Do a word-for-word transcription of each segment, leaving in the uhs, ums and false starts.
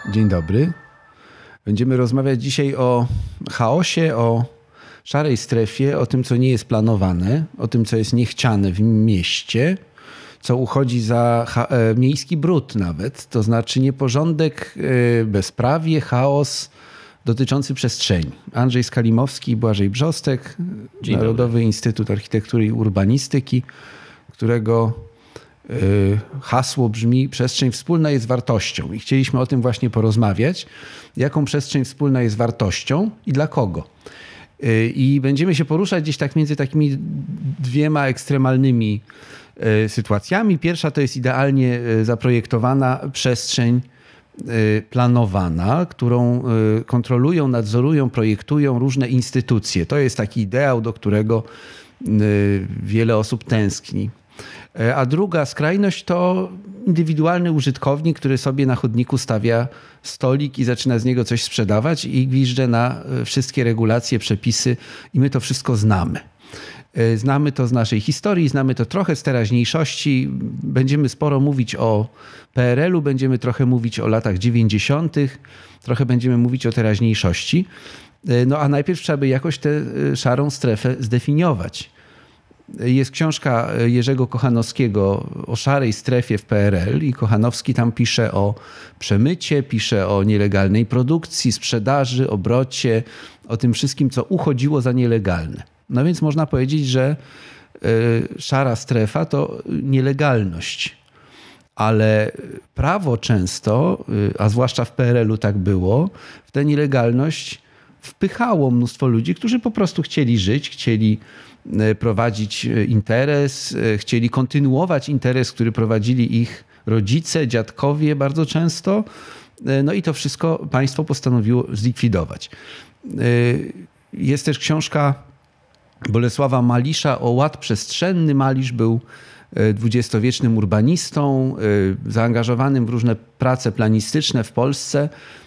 Dzień dobry. Będziemy rozmawiać dzisiaj o chaosie, o szarej strefie, o tym, co nie jest planowane, o tym, co jest niechciane w mieście, co uchodzi za miejski brud nawet, to znaczy nieporządek, bezprawie, chaos dotyczący przestrzeni. Andrzej Skalimowski i Błażej Brzostek, Dzień Narodowy dobry. Instytut Architektury i Urbanistyki, którego hasło brzmi: przestrzeń wspólna jest wartością. I chcieliśmy o tym właśnie porozmawiać. Jaką przestrzeń wspólna jest wartością i dla kogo? I będziemy się poruszać gdzieś tak między takimi dwiema ekstremalnymi sytuacjami. Pierwsza to jest idealnie zaprojektowana przestrzeń planowana, którą kontrolują, nadzorują, projektują różne instytucje. To jest taki ideał, do którego wiele osób tęskni. A druga skrajność to indywidualny użytkownik, który sobie na chodniku stawia stolik i zaczyna z niego coś sprzedawać i gwizdże na wszystkie regulacje, przepisy i my to wszystko znamy. Znamy to z naszej historii, znamy to trochę z teraźniejszości. Będziemy sporo mówić o P R L u, będziemy trochę mówić o latach dziewięćdziesiątych, trochę będziemy mówić o teraźniejszości. No a najpierw trzeba by jakoś tę szarą strefę zdefiniować. Jest książka Jerzego Kochanowskiego o szarej strefie w P R L i Kochanowski tam pisze o przemycie, pisze o nielegalnej produkcji, sprzedaży, obrocie, o tym wszystkim, co uchodziło za nielegalne. No więc można powiedzieć, że szara strefa to nielegalność. Ale prawo często, a zwłaszcza w P R L u tak było, w tę nielegalność wpychało mnóstwo ludzi, którzy po prostu chcieli żyć, chcieli prowadzić interes, chcieli kontynuować interes, który prowadzili ich rodzice, dziadkowie bardzo często. No i to wszystko państwo postanowiło zlikwidować. Jest też książka Bolesława Malisza o ład przestrzenny. Malisz był dwudziestowiecznym urbanistą, zaangażowanym w różne prace planistyczne w Polsce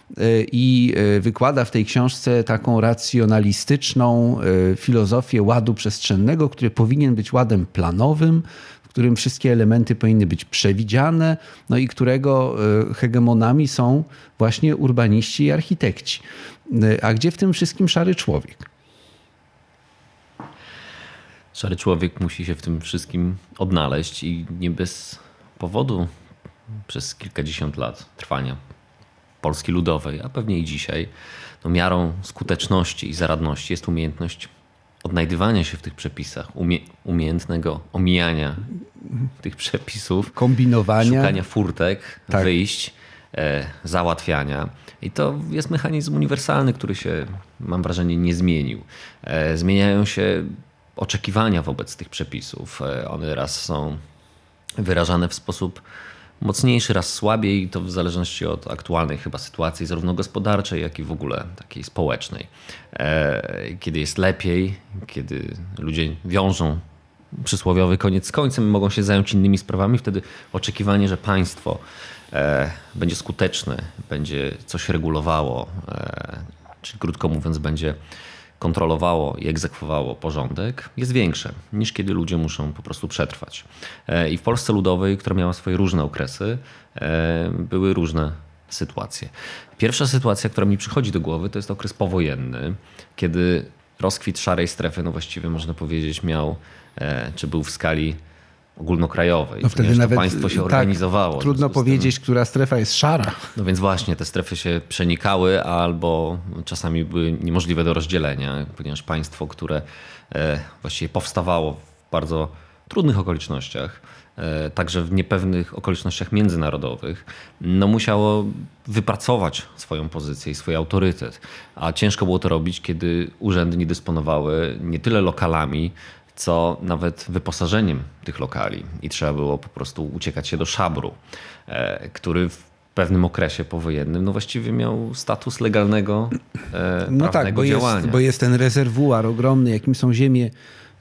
i wykłada w tej książce taką racjonalistyczną filozofię ładu przestrzennego, który powinien być ładem planowym, w którym wszystkie elementy powinny być przewidziane, no i którego hegemonami są właśnie urbaniści i architekci. A gdzie w tym wszystkim szary człowiek? Szary człowiek musi się w tym wszystkim odnaleźć i nie bez powodu przez kilkadziesiąt lat trwania Polski Ludowej, a pewnie i dzisiaj, no miarą skuteczności i zaradności jest umiejętność odnajdywania się w tych przepisach, umie, umiejętnego omijania tych przepisów, kombinowania, szukania furtek, tak. wyjść, e, załatwiania. I to jest mechanizm uniwersalny, który się, mam wrażenie, nie zmienił. E, zmieniają się oczekiwania wobec tych przepisów. One raz są wyrażane w sposób mocniejszy, raz słabiej, to w zależności od aktualnej chyba sytuacji, zarówno gospodarczej, jak i w ogóle takiej społecznej. Kiedy jest lepiej, kiedy ludzie wiążą przysłowiowy koniec z końcem, mogą się zająć innymi sprawami, wtedy oczekiwanie, że państwo będzie skuteczne, będzie coś regulowało, czyli krótko mówiąc będzie kontrolowało i egzekwowało porządek, jest większe niż kiedy ludzie muszą po prostu przetrwać. I w Polsce Ludowej, która miała swoje różne okresy, były różne sytuacje. Pierwsza sytuacja, która mi przychodzi do głowy, to jest okres powojenny, kiedy rozkwit szarej strefy, no właściwie można powiedzieć, miał, czy był w skali ogólnokrajowej. No wtedy nawet państwo się organizowało. Tak, trudno powiedzieć, tym, która strefa jest szara. No więc właśnie te strefy się przenikały albo czasami były niemożliwe do rozdzielenia, ponieważ państwo, które właściwie powstawało w bardzo trudnych okolicznościach, także w niepewnych okolicznościach międzynarodowych, no musiało wypracować swoją pozycję i swój autorytet. A ciężko było to robić, kiedy urzędy nie dysponowały nie tyle lokalami, co nawet wyposażeniem tych lokali i trzeba było po prostu uciekać się do szabru, który w pewnym okresie powojennym no właściwie miał status legalnego, no prawnego tak, bo działania. Jest, bo jest ten rezerwuar ogromny, jakim są ziemie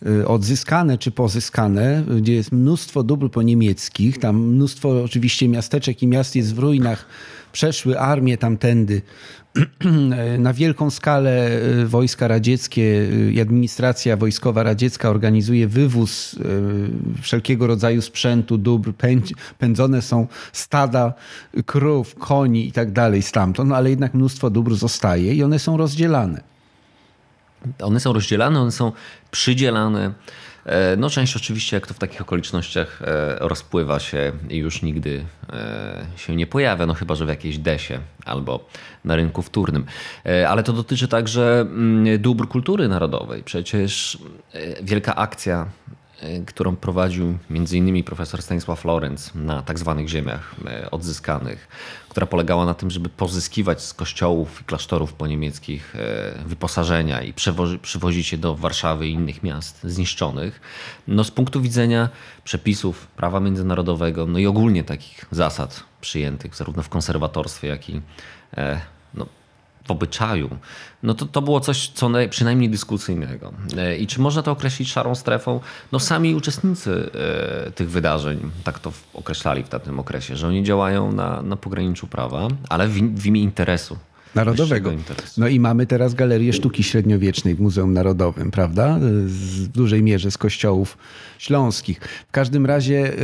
odzyskane czy pozyskane, gdzie jest mnóstwo dóbr poniemieckich, tam mnóstwo oczywiście miasteczek i miast jest w ruinach, przeszły armie tamtędy. Na wielką skalę wojska radzieckie i administracja wojskowa radziecka organizuje wywóz wszelkiego rodzaju sprzętu, dóbr, pędzone są stada krów, koni i tak dalej stamtąd, no ale jednak mnóstwo dóbr zostaje i one są rozdzielane. One są rozdzielane, one są przydzielane. No część oczywiście, jak to w takich okolicznościach, rozpływa się i już nigdy się nie pojawia, no chyba że w jakiejś desie albo na rynku wtórnym. Ale to dotyczy także dóbr kultury narodowej. Przecież wielka akcja, którą prowadził między innymi profesor Stanisław Lorentz na tak zwanych ziemiach odzyskanych, która polegała na tym, żeby pozyskiwać z kościołów i klasztorów poniemieckich wyposażenia i przewozi, przywozić je do Warszawy i innych miast zniszczonych. No z punktu widzenia przepisów prawa międzynarodowego, no i ogólnie takich zasad przyjętych zarówno w konserwatorstwie, jak i no, w obyczaju, no to, to było coś co naj, przynajmniej dyskusyjnego. I czy można to określić szarą strefą? No sami uczestnicy e, tych wydarzeń tak to określali w tamtym okresie, że oni działają na, na pograniczu prawa, ale w, w imię interesu. Narodowego. Interesu. No i mamy teraz Galerię Sztuki Średniowiecznej w Muzeum Narodowym, prawda? W dużej mierze z kościołów śląskich. W każdym razie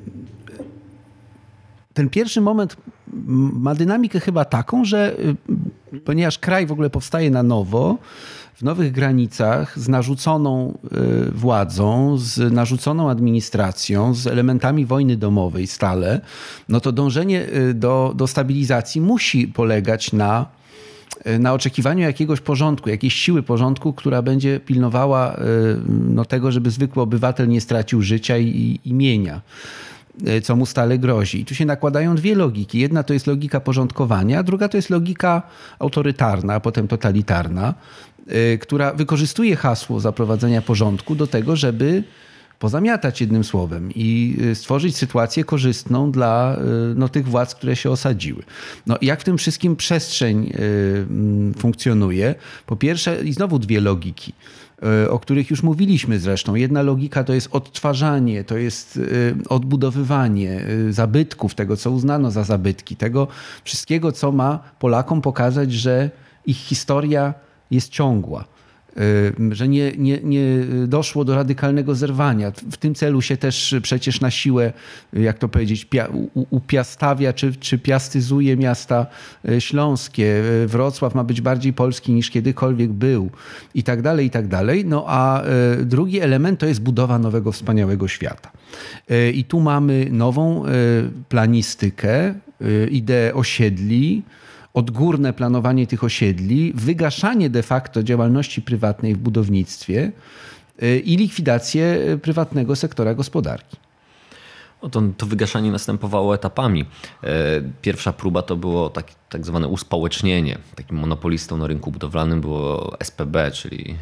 ten pierwszy moment ma dynamikę chyba taką, że ponieważ kraj w ogóle powstaje na nowo, w nowych granicach, z narzuconą władzą, z narzuconą administracją, z elementami wojny domowej stale, no to dążenie do, do stabilizacji musi polegać na, na oczekiwaniu jakiegoś porządku, jakiejś siły porządku, która będzie pilnowała no, tego, żeby zwykły obywatel nie stracił życia i, i mienia, co mu stale grozi. I tu się nakładają dwie logiki. Jedna to jest logika porządkowania, a druga to jest logika autorytarna, a potem totalitarna, która wykorzystuje hasło zaprowadzenia porządku do tego, żeby pozamiatać jednym słowem i stworzyć sytuację korzystną dla no, tych władz, które się osadziły. No, jak w tym wszystkim przestrzeń funkcjonuje? Po pierwsze, i znowu dwie logiki, o których już mówiliśmy zresztą. Jedna logika to jest odtwarzanie, to jest odbudowywanie zabytków, tego co uznano za zabytki, tego wszystkiego, co ma Polakom pokazać, że ich historia jest ciągła, że nie, nie, nie doszło do radykalnego zerwania. W tym celu się też przecież na siłę, jak to powiedzieć, upiastawia czy, czy piastyzuje miasta śląskie. Wrocław ma być bardziej polski niż kiedykolwiek był i tak dalej, i tak dalej. No a drugi element to jest budowa nowego, wspaniałego świata. I tu mamy nową planistykę, ideę osiedli, odgórne planowanie tych osiedli, wygaszanie de facto działalności prywatnej w budownictwie i likwidację prywatnego sektora gospodarki. No to, to wygaszanie następowało etapami. Pierwsza próba to było tak, tak zwane uspołecznienie. Takim monopolistą na rynku budowlanym było S P B, czyli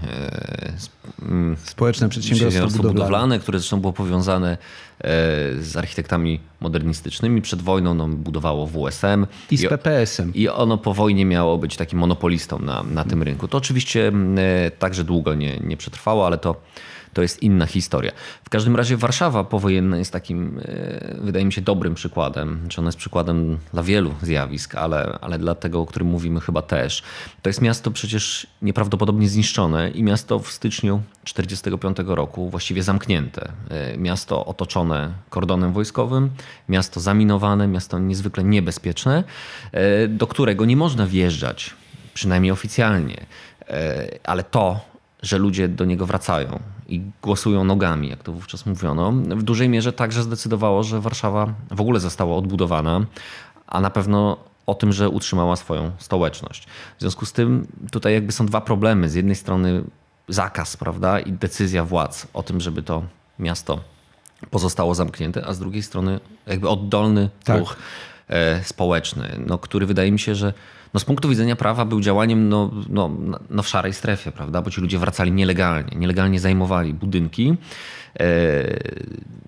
Społeczne Przedsiębiorstwo Budowlane, budowlane, które zresztą było powiązane z architektami modernistycznymi. Przed wojną no, budowało W S M. I z P P S-em. I ono po wojnie miało być takim monopolistą na, na tym rynku. To oczywiście także długo nie, nie przetrwało, ale to To jest inna historia. W każdym razie Warszawa powojenna jest takim, wydaje mi się, dobrym przykładem. Czy ona jest przykładem dla wielu zjawisk, ale, ale dla tego, o którym mówimy chyba też. To jest miasto przecież nieprawdopodobnie zniszczone i miasto w styczniu tysiąc dziewięćset czterdziestego piątego roku właściwie zamknięte. Miasto otoczone kordonem wojskowym, miasto zaminowane, miasto niezwykle niebezpieczne, do którego nie można wjeżdżać, przynajmniej oficjalnie. Ale to, że ludzie do niego wracają i głosują nogami, jak to wówczas mówiono, w dużej mierze także zdecydowało, że Warszawa w ogóle została odbudowana, a na pewno o tym, że utrzymała swoją stołeczność. W związku z tym tutaj jakby są dwa problemy. Z jednej strony zakaz, prawda, i decyzja władz o tym, żeby to miasto pozostało zamknięte, a z drugiej strony jakby oddolny tak. ruch e, społeczny, no, który wydaje mi się, że no z punktu widzenia prawa był działaniem no, no, no w szarej strefie, prawda? Bo ci ludzie wracali nielegalnie, nielegalnie zajmowali budynki, e,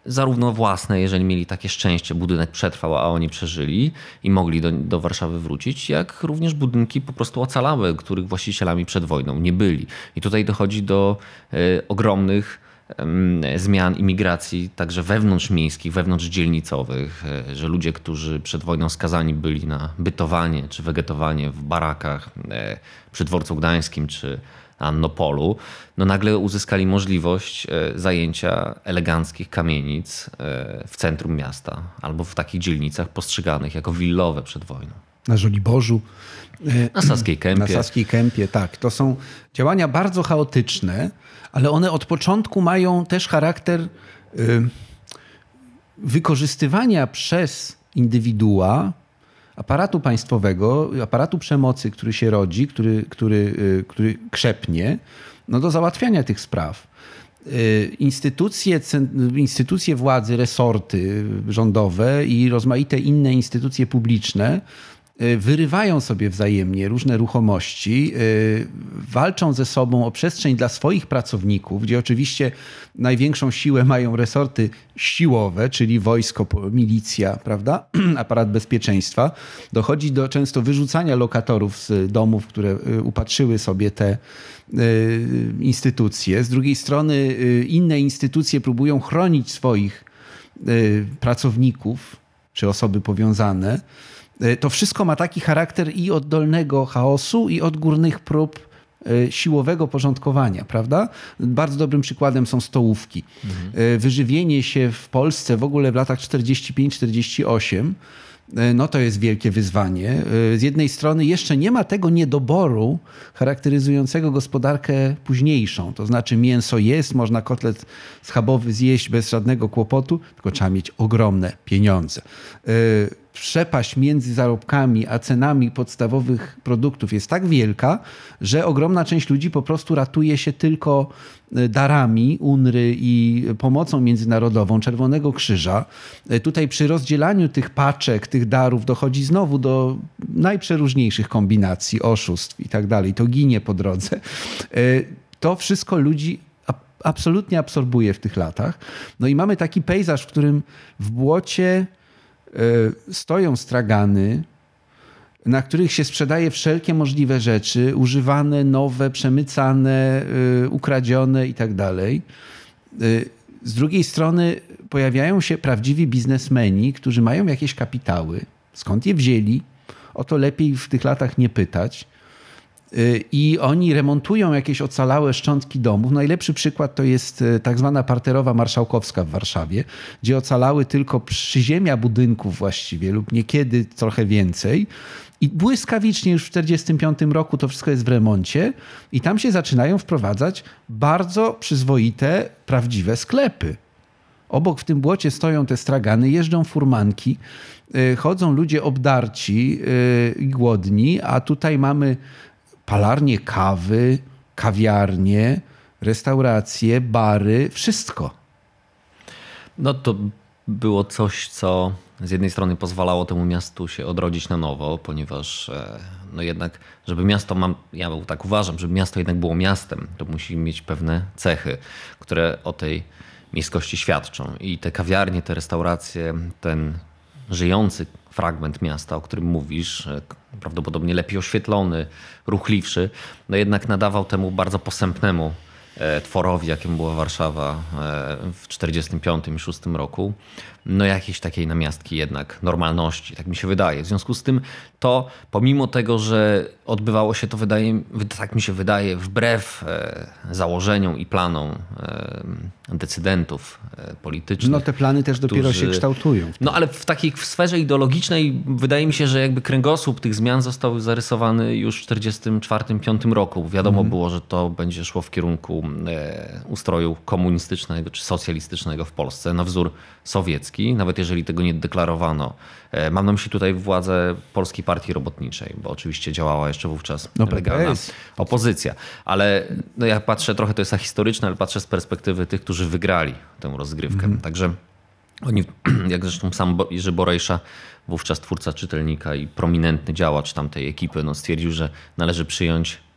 zarówno własne, jeżeli mieli takie szczęście, budynek przetrwał, a oni przeżyli i mogli do, do Warszawy wrócić, jak również budynki po prostu ocalałe, których właścicielami przed wojną nie byli. I tutaj dochodzi do y, ogromnych y, zmian imigracji, także wewnątrzmiejskich, wewnątrzdzielnicowych, y, że ludzie, którzy przed wojną skazani byli na bytowanie czy wegetowanie w barakach y, przy Dworcu Gdańskim czy Annopolu, no nagle uzyskali możliwość zajęcia eleganckich kamienic w centrum miasta albo w takich dzielnicach postrzeganych jako willowe przed wojną. Na Żoliborzu. Na Saskiej Kępie. Na Saskiej Kępie, tak. To są działania bardzo chaotyczne, ale one od początku mają też charakter wykorzystywania przez indywidua aparatu państwowego, aparatu przemocy, który się rodzi, który, który, który krzepnie, no do załatwiania tych spraw. Instytucje, instytucje władzy, resorty rządowe i rozmaite inne instytucje publiczne wyrywają sobie wzajemnie różne ruchomości, walczą ze sobą o przestrzeń dla swoich pracowników, gdzie oczywiście największą siłę mają resorty siłowe, czyli wojsko, milicja, prawda? Aparat bezpieczeństwa. Dochodzi do często wyrzucania lokatorów z domów, które upatrzyły sobie te instytucje. Z drugiej strony inne instytucje próbują chronić swoich pracowników czy osoby powiązane. To wszystko ma taki charakter i oddolnego chaosu, i odgórnych prób siłowego porządkowania, prawda? Bardzo dobrym przykładem są stołówki. Mhm. Wyżywienie się w Polsce w ogóle w latach czterdziestym piątym czterdziestym ósmym, no to jest wielkie wyzwanie. Z jednej strony jeszcze nie ma tego niedoboru charakteryzującego gospodarkę późniejszą. To znaczy mięso jest, można kotlet schabowy zjeść bez żadnego kłopotu, tylko trzeba mieć ogromne pieniądze. Przepaść między zarobkami a cenami podstawowych produktów jest tak wielka, że ogromna część ludzi po prostu ratuje się tylko darami U N R Y i pomocą międzynarodową Czerwonego Krzyża. Tutaj przy rozdzielaniu tych paczek, tych darów dochodzi znowu do najprzeróżniejszych kombinacji, oszustw i tak dalej. To ginie po drodze. To wszystko ludzi absolutnie absorbuje w tych latach. No i mamy taki pejzaż, w którym w błocie stoją stragany, na których się sprzedaje wszelkie możliwe rzeczy, używane, nowe, przemycane, ukradzione i tak dalej. Z drugiej strony pojawiają się prawdziwi biznesmeni, którzy mają jakieś kapitały. Skąd je wzięli? O to lepiej w tych latach nie pytać. I oni remontują jakieś ocalałe szczątki domów. Najlepszy przykład to jest tak zwana parterowa marszałkowska w Warszawie, gdzie ocalały tylko przyziemia budynków właściwie lub niekiedy trochę więcej. I błyskawicznie już w tysiąc dziewięćset czterdziestym piątym roku to wszystko jest w remoncie i tam się zaczynają wprowadzać bardzo przyzwoite, prawdziwe sklepy. Obok w tym błocie stoją te stragany, jeżdżą furmanki, chodzą ludzie obdarci i głodni, a tutaj mamy palarnie kawy, kawiarnie, restauracje, bary, wszystko. No to było coś, co z jednej strony pozwalało temu miastu się odrodzić na nowo, ponieważ no jednak, żeby miasto, mam, ja tak uważam, żeby miasto jednak było miastem, to musi mieć pewne cechy, które o tej miejskości świadczą. I te kawiarnie, te restauracje, ten żyjący fragment miasta, o którym mówisz, prawdopodobnie lepiej oświetlony, ruchliwszy, no jednak nadawał temu bardzo posępnemu tworowi, jakim była Warszawa w czterdziestym piątym i szóstym roku, no jakiejś takiej namiastki jednak normalności, tak mi się wydaje. W związku z tym to, pomimo tego, że odbywało się to, wydaje, tak mi się wydaje, wbrew założeniom i planom decydentów politycznych. No te plany też dopiero którzy, się kształtują. No ale w takiej w sferze ideologicznej wydaje mi się, że jakby kręgosłup tych zmian został zarysowany już w czterdziestym czwartym piątym roku. Wiadomo mm. było, że to będzie szło w kierunku ustroju komunistycznego czy socjalistycznego w Polsce na wzór sowiecki, nawet jeżeli tego nie deklarowano. Mam na myśli tutaj władzę Polskiej Partii Robotniczej, bo oczywiście działała jeszcze wówczas no, legalna opozycja. Ale no ja patrzę, trochę to jest ahistoryczne, ale patrzę z perspektywy tych, którzy wygrali tę rozgrywkę. Mm. Także oni, jak zresztą sam Jerzy Borejsza, wówczas twórca Czytelnika i prominentny działacz tamtej ekipy, no stwierdził, że należy przyjąć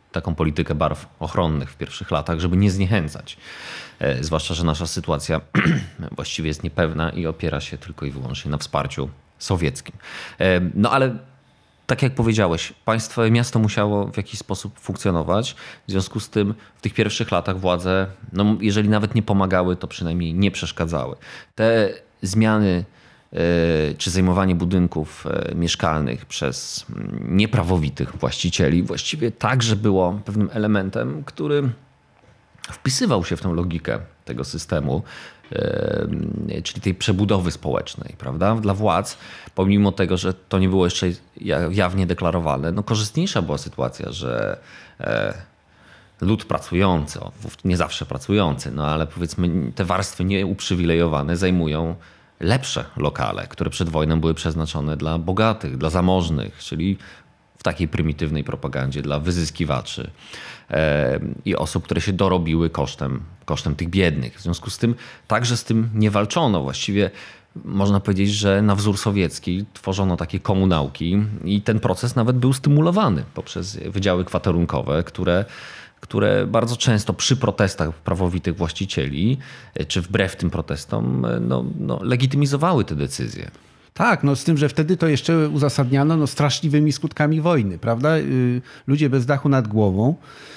taką politykę barw ochronnych w pierwszych latach, żeby nie zniechęcać. Zwłaszcza, że nasza sytuacja właściwie jest niepewna i opiera się tylko i wyłącznie na wsparciu sowieckim. No ale tak jak powiedziałeś, państwo, miasto musiało w jakiś sposób funkcjonować. W związku z tym w tych pierwszych latach władze, no jeżeli nawet nie pomagały, to przynajmniej nie przeszkadzały. Te zmiany czy zajmowanie budynków mieszkalnych przez nieprawowitych właścicieli właściwie także było pewnym elementem, który wpisywał się w tę logikę tego systemu, czyli tej przebudowy społecznej, prawda? Dla władz, pomimo tego, że to nie było jeszcze jawnie deklarowane, no korzystniejsza była sytuacja, że lud pracujący, nie zawsze pracujący, no ale powiedzmy te warstwy nieuprzywilejowane zajmują lepsze lokale, które przed wojną były przeznaczone dla bogatych, dla zamożnych, czyli w takiej prymitywnej propagandzie dla wyzyskiwaczy i osób, które się dorobiły kosztem, kosztem tych biednych. W związku z tym także z tym nie walczono. Właściwie można powiedzieć, że na wzór sowiecki tworzono takie komunałki i ten proces nawet był stymulowany poprzez wydziały kwaterunkowe, które które bardzo często przy protestach prawowitych właścicieli, czy wbrew tym protestom, no, no, legitymizowały te decyzje. Tak, no z tym, że wtedy to jeszcze uzasadniano no, straszliwymi skutkami wojny, prawda? Ludzie bez dachu nad głową,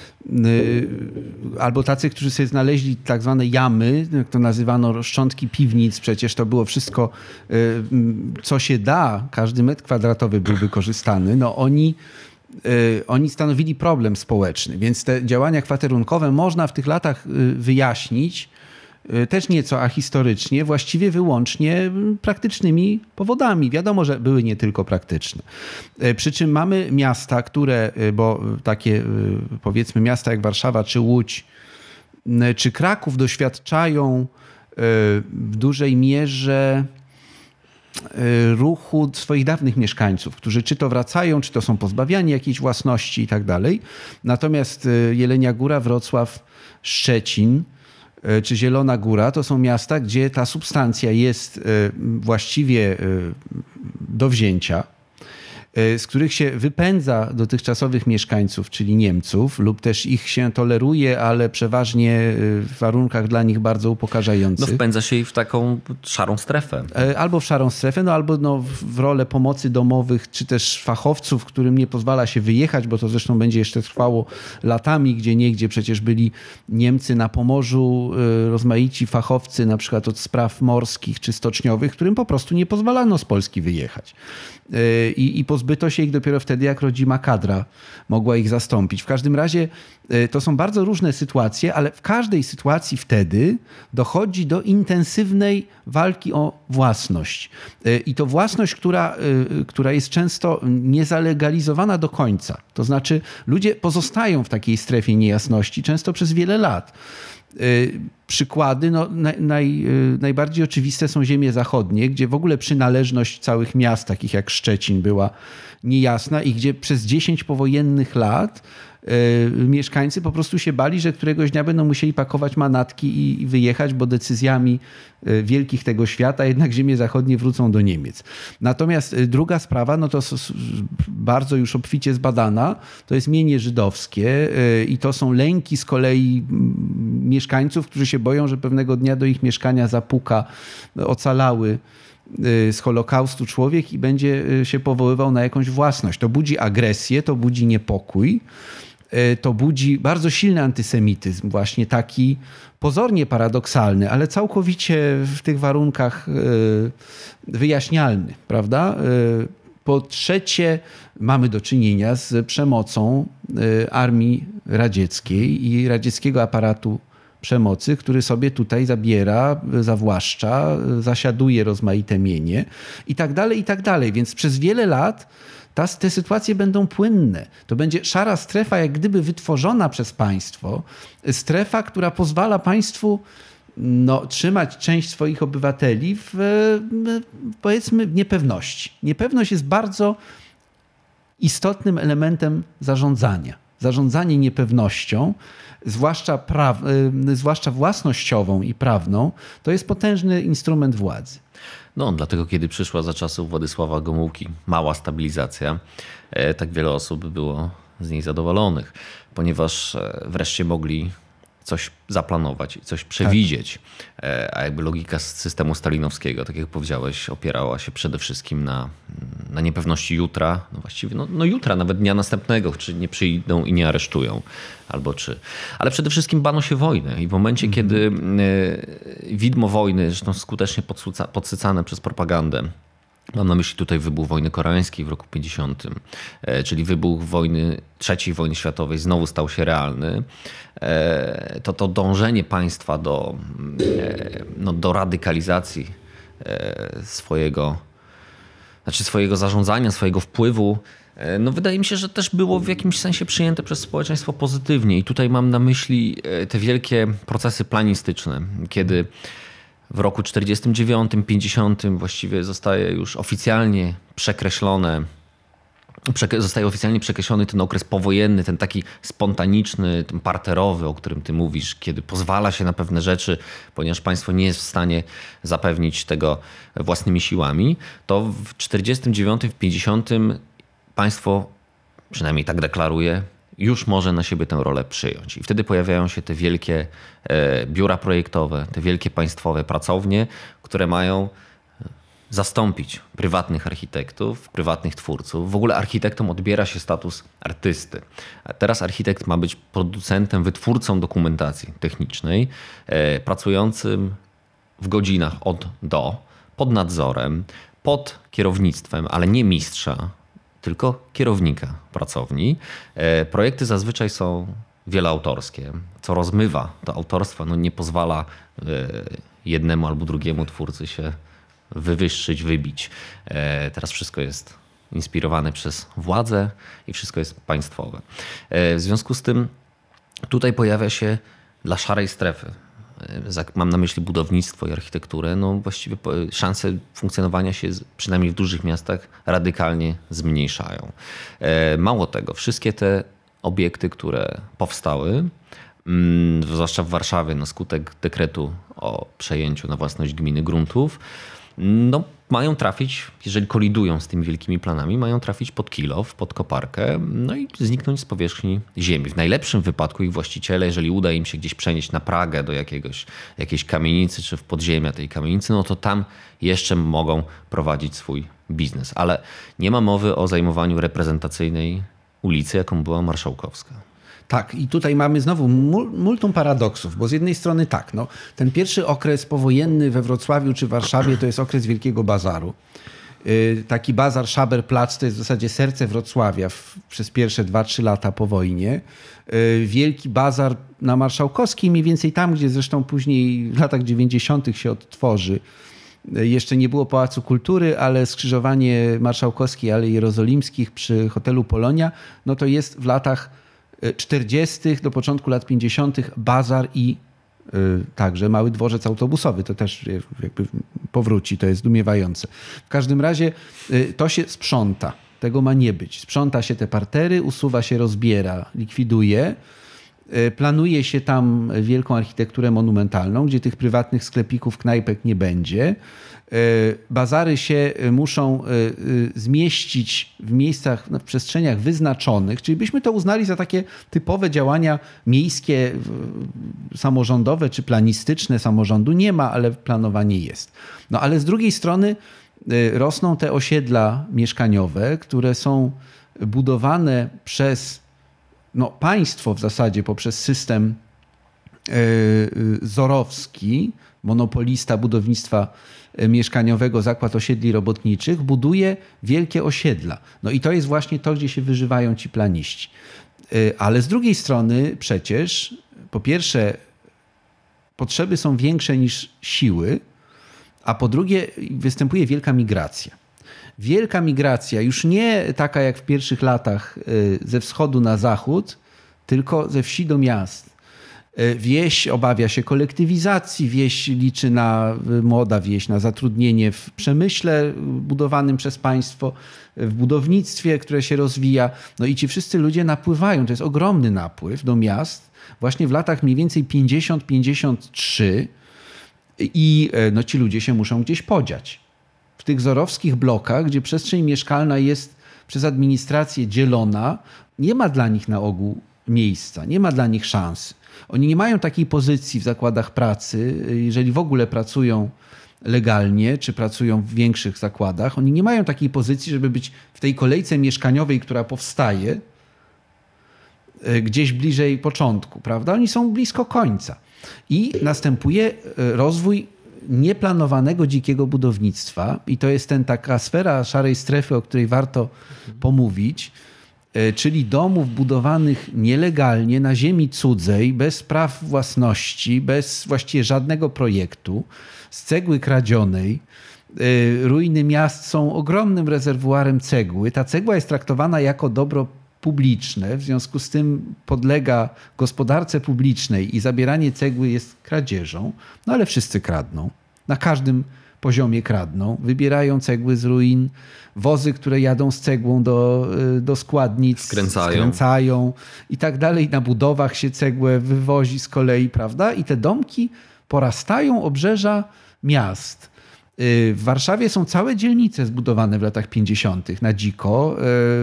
albo tacy, którzy sobie znaleźli tak zwane jamy, jak to nazywano, szczątki piwnic, przecież to było wszystko, co się da, każdy metr kwadratowy był wykorzystany, no oni Oni stanowili problem społeczny, więc te działania kwaterunkowe można w tych latach wyjaśnić też nieco ahistorycznie, właściwie wyłącznie praktycznymi powodami. Wiadomo, że były nie tylko praktyczne. Przy czym mamy miasta, które, bo takie powiedzmy miasta jak Warszawa czy Łódź czy Kraków doświadczają w dużej mierze ruchu swoich dawnych mieszkańców, którzy czy to wracają, czy to są pozbawiani jakiejś własności i tak dalej. Natomiast Jelenia Góra, Wrocław, Szczecin czy Zielona Góra to są miasta, gdzie ta substancja jest właściwie do wzięcia, z których się wypędza dotychczasowych mieszkańców, czyli Niemców, lub też ich się toleruje, ale przeważnie w warunkach dla nich bardzo upokarzających. No wpędza się ich w taką szarą strefę. Albo w szarą strefę, no albo no w rolę pomocy domowych, czy też fachowców, którym nie pozwala się wyjechać, bo to zresztą będzie jeszcze trwało latami, gdzie niegdzie przecież byli Niemcy na Pomorzu, rozmaici fachowcy, na przykład od spraw morskich czy stoczniowych, którym po prostu nie pozwalano z Polski wyjechać. I, i pozbyto się ich dopiero wtedy, jak rodzima kadra mogła ich zastąpić. W każdym razie to są bardzo różne sytuacje, ale w każdej sytuacji wtedy dochodzi do intensywnej walki o własność. I to własność, która, która jest często niezalegalizowana do końca. To znaczy ludzie pozostają w takiej strefie niejasności często przez wiele lat. Przykłady, no, naj, najbardziej oczywiste są ziemie zachodnie, gdzie w ogóle przynależność całych miast, takich jak Szczecin, była niejasna i gdzie przez dziesięć powojennych lat mieszkańcy po prostu się bali, że któregoś dnia będą musieli pakować manatki i wyjechać, bo decyzjami wielkich tego świata jednak ziemie zachodnie wrócą do Niemiec. Natomiast druga sprawa, no to bardzo już obficie zbadana, to jest mienie żydowskie i to są lęki z kolei mieszkańców, którzy się boją, że pewnego dnia do ich mieszkania zapuka ocalały z Holokaustu człowiek i będzie się powoływał na jakąś własność. To budzi agresję, to budzi niepokój, to budzi bardzo silny antysemityzm, właśnie taki pozornie paradoksalny, ale całkowicie w tych warunkach wyjaśnialny, prawda? Po trzecie, mamy do czynienia z przemocą armii radzieckiej i radzieckiego aparatu przemocy, który sobie tutaj zabiera, zawłaszcza, zasiaduje rozmaite mienie i tak dalej, i tak dalej. Więc przez wiele lat ta, te sytuacje będą płynne. To będzie szara strefa, jak gdyby wytworzona przez państwo. Strefa, która pozwala państwu no, trzymać część swoich obywateli w, powiedzmy, niepewności. Niepewność jest bardzo istotnym elementem zarządzania. Zarządzanie niepewnością, zwłaszcza, praw, zwłaszcza własnościową i prawną, to jest potężny instrument władzy. No, dlatego kiedy przyszła za czasów Władysława Gomułki mała stabilizacja, tak wiele osób było z niej zadowolonych, ponieważ wreszcie mogli coś zaplanować i coś przewidzieć. Tak. A jakby logika systemu stalinowskiego, tak jak powiedziałeś, opierała się przede wszystkim na, na niepewności jutra, no właściwie no, no jutra, nawet dnia następnego, czy nie przyjdą i nie aresztują, albo czy. Ale przede wszystkim bano się wojny i w momencie, mm-hmm. kiedy widmo wojny, zresztą skutecznie podsycane przez propagandę, mam na myśli tutaj wybuch wojny koreańskiej w roku pięćdziesiątym, czyli wybuch wojny, trzeciej wojny światowej znowu stał się realny. To to dążenie państwa do, no, do radykalizacji swojego, znaczy swojego zarządzania, swojego wpływu, no wydaje mi się, że też było w jakimś sensie przyjęte przez społeczeństwo pozytywnie. I tutaj mam na myśli te wielkie procesy planistyczne, kiedy w roku czterdziestym dziewiątym, pięćdziesiątym właściwie zostaje już oficjalnie przekreślone, zostaje oficjalnie przekreślony ten okres powojenny, ten taki spontaniczny, ten parterowy, o którym ty mówisz, kiedy pozwala się na pewne rzeczy, ponieważ państwo nie jest w stanie zapewnić tego własnymi siłami, to w czterdziestym dziewiątym, w pięćdziesiątym państwo, przynajmniej tak deklaruje, już może na siebie tę rolę przyjąć. I wtedy pojawiają się te wielkie biura projektowe, te wielkie państwowe pracownie, które mają zastąpić prywatnych architektów, prywatnych twórców. W ogóle architektom odbiera się status artysty. A teraz architekt ma być producentem, wytwórcą dokumentacji technicznej, pracującym w godzinach od do, pod nadzorem, pod kierownictwem, ale nie mistrza, tylko kierownika pracowni. Projekty zazwyczaj są wieloautorskie, co rozmywa to autorstwo, no nie pozwala jednemu albo drugiemu twórcy się wywyższyć, wybić. Teraz wszystko jest inspirowane przez władzę i wszystko jest państwowe. W związku z tym tutaj pojawia się dla szarej strefy, mam na myśli budownictwo i architekturę, no właściwie szanse funkcjonowania się przynajmniej w dużych miastach radykalnie zmniejszają. Mało tego, wszystkie te obiekty, które powstały, zwłaszcza w Warszawie na skutek dekretu o przejęciu na własność gminy gruntów, no mają trafić, jeżeli kolidują z tymi wielkimi planami, mają trafić pod Kilow, pod koparkę, no i zniknąć z powierzchni ziemi. W najlepszym wypadku ich właściciele, jeżeli uda im się gdzieś przenieść na Pragę do jakiegoś, jakiejś kamienicy czy w podziemia tej kamienicy, no to tam jeszcze mogą prowadzić swój biznes. Ale nie ma mowy o zajmowaniu reprezentacyjnej ulicy, jaką była Marszałkowska. Tak, i tutaj mamy znowu multum paradoksów, bo z jednej strony tak, no, ten pierwszy okres powojenny we Wrocławiu czy Warszawie to jest okres Wielkiego Bazaru. Yy, taki bazar Schaberplatz to jest w zasadzie serce Wrocławia w, przez pierwsze dwa trzy lata po wojnie. Yy, wielki bazar na Marszałkowskiej, mniej więcej tam, gdzie zresztą później w latach dziewięćdziesiątych się odtworzy. Yy, jeszcze nie było Pałacu Kultury, ale skrzyżowanie Marszałkowskiej Alei Jerozolimskich przy hotelu Polonia, no to jest w latach czterdziestych do początku lat pięćdziesiątych bazar i y, także mały dworzec autobusowy. To też jakby powróci, to jest zdumiewające. W każdym razie y, to się sprząta. Tego ma nie być. Sprząta się te partery, usuwa się, rozbiera, likwiduje. Y, planuje się tam wielką architekturę monumentalną, gdzie tych prywatnych sklepików, knajpek nie będzie. Bazary się muszą zmieścić w miejscach, w przestrzeniach wyznaczonych, czyli byśmy to uznali za takie typowe działania miejskie, samorządowe czy planistyczne samorządu. Nie ma, ale planowanie jest. No ale z drugiej strony rosną te osiedla mieszkaniowe, które są budowane przez no, państwo w zasadzie poprzez system zorowski, monopolista budownictwa mieszkaniowego, Zakład Osiedli Robotniczych, buduje wielkie osiedla. No i to jest właśnie to, gdzie się wyżywają ci planiści. Ale z drugiej strony przecież, po pierwsze, potrzeby są większe niż siły, a po drugie występuje wielka migracja. Wielka migracja, już nie taka jak w pierwszych latach ze wschodu na zachód, tylko ze wsi do miast. Wieś obawia się kolektywizacji, wieś liczy na, młoda wieś, na zatrudnienie w przemyśle budowanym przez państwo, w budownictwie, które się rozwija. No i ci wszyscy ludzie napływają, to jest ogromny napływ do miast, właśnie w latach mniej więcej pięćdziesiąt pięćdziesiąt trzy i no, ci ludzie się muszą gdzieś podziać. W tych zorowskich blokach, gdzie przestrzeń mieszkalna jest przez administrację dzielona, nie ma dla nich na ogół miejsca, nie ma dla nich szansy. Oni nie mają takiej pozycji w zakładach pracy, jeżeli w ogóle pracują legalnie, czy pracują w większych zakładach. Oni nie mają takiej pozycji, żeby być w tej kolejce mieszkaniowej, która powstaje gdzieś bliżej początku, prawda? Oni są blisko końca. I następuje rozwój nieplanowanego dzikiego budownictwa i to jest ten taka sfera szarej strefy, o której warto pomówić, czyli domów budowanych nielegalnie na ziemi cudzej, bez praw własności, bez właściwie żadnego projektu, z cegły kradzionej. Ruiny miast są ogromnym rezerwuarem cegły. Ta cegła jest traktowana jako dobro publiczne, w związku z tym podlega gospodarce publicznej i zabieranie cegły jest kradzieżą, no ale wszyscy kradną. Na każdym poziomie kradną. Wybierają cegły z ruin, wozy, które jadą z cegłą do, do składnic, skręcają. skręcają i tak dalej. Na budowach się cegłę wywozi z kolei, prawda? I te domki porastają obrzeża miast. W Warszawie są całe dzielnice zbudowane w latach pięćdziesiątych na dziko.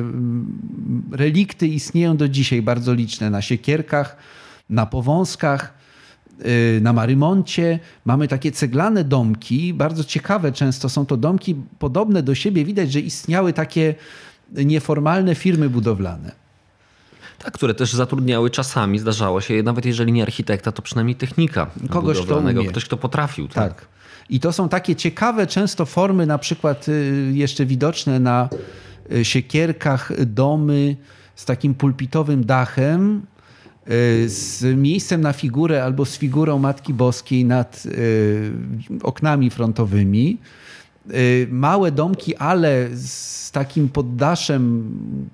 Relikty istnieją do dzisiaj bardzo liczne na Siekierkach, na Powązkach, na Marymoncie. Mamy takie ceglane domki, bardzo ciekawe często są to domki podobne do siebie. Widać, że istniały takie nieformalne firmy budowlane. Tak, które też zatrudniały czasami, zdarzało się, nawet jeżeli nie architekta, to przynajmniej technika kogoś, kto umie. Ktoś, kto potrafił. Tak. tak. I to są takie ciekawe często formy, na przykład jeszcze widoczne na Siekierkach, domy z takim pulpitowym dachem, z miejscem na figurę albo z figurą Matki Boskiej nad oknami frontowymi. Małe domki, ale z takim poddaszem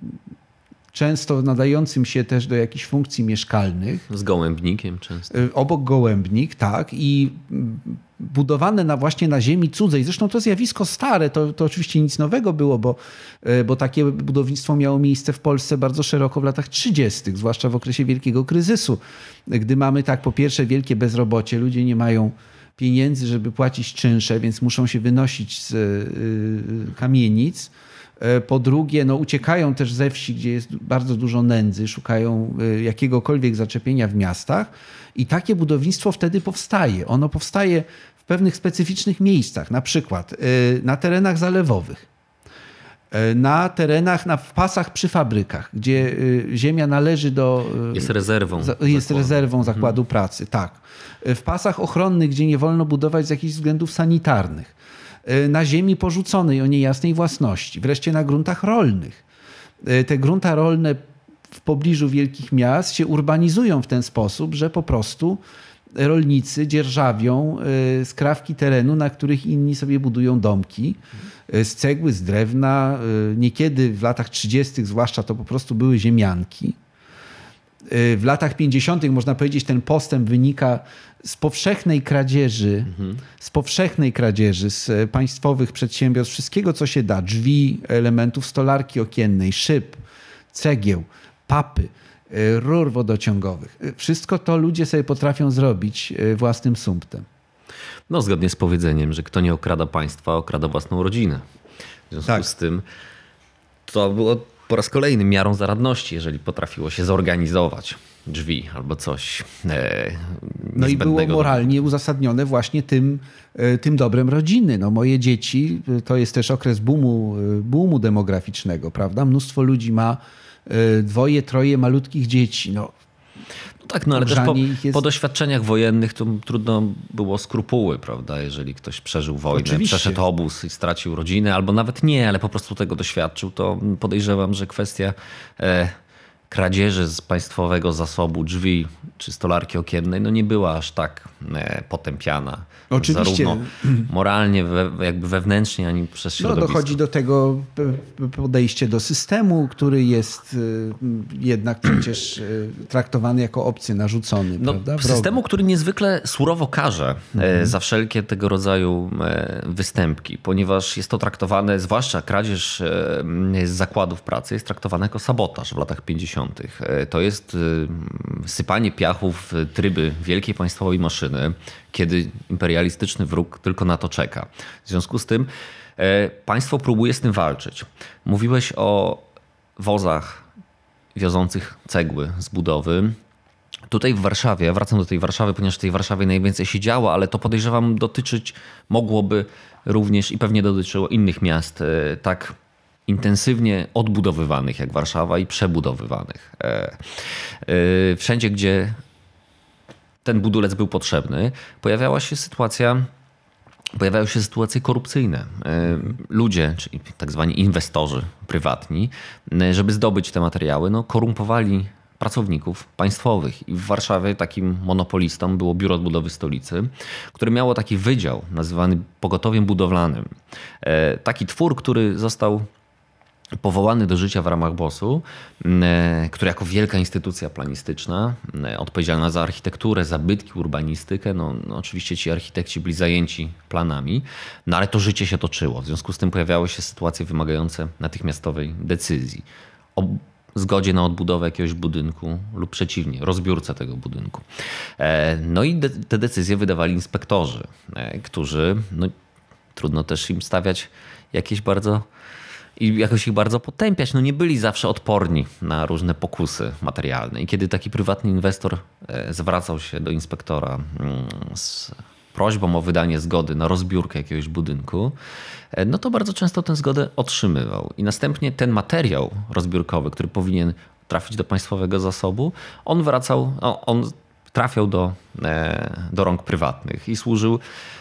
często nadającym się też do jakichś funkcji mieszkalnych. Z gołębnikiem często. Obok gołębnik, tak. I budowane na, właśnie na ziemi cudzej. Zresztą to zjawisko stare, to, to oczywiście nic nowego było, bo, bo takie budownictwo miało miejsce w Polsce bardzo szeroko w latach trzydziestych, zwłaszcza w okresie wielkiego kryzysu. Gdy mamy tak, po pierwsze wielkie bezrobocie, ludzie nie mają pieniędzy, żeby płacić czynsze, więc muszą się wynosić z kamienic. Po drugie, no, uciekają też ze wsi, gdzie jest bardzo dużo nędzy, szukają jakiegokolwiek zaczepienia w miastach i takie budownictwo wtedy powstaje. Ono powstaje w pewnych specyficznych miejscach, na przykład na terenach zalewowych, na terenach, na w pasach przy fabrykach, gdzie ziemia należy do... Jest rezerwą. Jest zakładu. rezerwą zakładu mhm. pracy, tak. W pasach ochronnych, gdzie nie wolno budować z jakichś względów sanitarnych. Na ziemi porzuconej o niejasnej własności, wreszcie na gruntach rolnych. Te grunta rolne w pobliżu wielkich miast się urbanizują w ten sposób, że po prostu rolnicy dzierżawią skrawki terenu, na których inni sobie budują domki z cegły, z drewna. Niekiedy w latach trzydziestych zwłaszcza to po prostu były ziemianki. W latach pięćdziesiątych można powiedzieć, ten postęp wynika z powszechnej kradzieży, mhm. z powszechnej kradzieży z państwowych przedsiębiorstw, wszystkiego co się da, drzwi, elementów stolarki okiennej, szyb, cegieł, papy, rur wodociągowych. Wszystko to ludzie sobie potrafią zrobić własnym sumptem. No zgodnie z powiedzeniem, że kto nie okrada państwa, okrada własną rodzinę. W związku tak. z tym to było po raz kolejny miarą zaradności, jeżeli potrafiło się zorganizować drzwi albo coś e, No i było moralnie uzasadnione właśnie tym, tym dobrem rodziny. No moje dzieci, to jest też okres boomu, boomu demograficznego, prawda? Mnóstwo ludzi ma dwoje, troje malutkich dzieci. No, no tak, no ale też po, jest... po doświadczeniach wojennych to trudno było skrupuły, prawda? Jeżeli ktoś przeżył wojnę, Oczywiście. przeszedł obóz i stracił rodzinę, albo nawet nie, ale po prostu tego doświadczył, to podejrzewam, że kwestia e, kradzieży z państwowego zasobu drzwi czy stolarki okiennej no nie była aż tak e, potępiana. Oczywiście. Zarówno moralnie, we, jakby wewnętrznie, ani przez środowisko. No dochodzi do tego podejście do systemu, który jest jednak przecież traktowany jako obcy, narzucony. No, prawda? Systemu, który niezwykle surowo karze mhm. za wszelkie tego rodzaju występki, ponieważ jest to traktowane, zwłaszcza kradzież z zakładów pracy, jest traktowane jako sabotaż w latach pięćdziesiątych. dziewięćdziesiątych. To jest sypanie piachu w tryby wielkiej państwowej maszyny, kiedy imperialistyczny wróg tylko na to czeka. W związku z tym państwo próbuje z tym walczyć. Mówiłeś o wozach wiozących cegły z budowy. Tutaj w Warszawie, ja wracam do tej Warszawy, ponieważ w tej Warszawie najwięcej się działo, ale to podejrzewam dotyczyć mogłoby również i pewnie dotyczyło innych miast tak intensywnie odbudowywanych jak Warszawa i przebudowywanych. Wszędzie, gdzie ten budulec był potrzebny, pojawiała się sytuacja, pojawiały się sytuacje korupcyjne. Ludzie, czyli tak zwani inwestorzy prywatni, żeby zdobyć te materiały, no, korumpowali pracowników państwowych. I w Warszawie takim monopolistą było Biuro Odbudowy Stolicy, które miało taki wydział nazywany pogotowiem budowlanym. Taki twór, który został powołany do życia w ramach bosu, który jako wielka instytucja planistyczna, odpowiedzialna za architekturę, zabytki, urbanistykę, no, no oczywiście ci architekci byli zajęci planami, no ale to życie się toczyło. W związku z tym pojawiały się sytuacje wymagające natychmiastowej decyzji o zgodzie na odbudowę jakiegoś budynku lub przeciwnie, rozbiórce tego budynku. No i de- te decyzje wydawali inspektorzy, którzy, no, trudno też im stawiać jakieś bardzo i jakoś ich bardzo potępiać. No nie byli zawsze odporni na różne pokusy materialne. I kiedy taki prywatny inwestor zwracał się do inspektora z prośbą o wydanie zgody na rozbiórkę jakiegoś budynku, no to bardzo często tę zgodę otrzymywał. I następnie ten materiał rozbiórkowy, który powinien trafić do państwowego zasobu, on wracał, on trafiał do, do rąk prywatnych i służył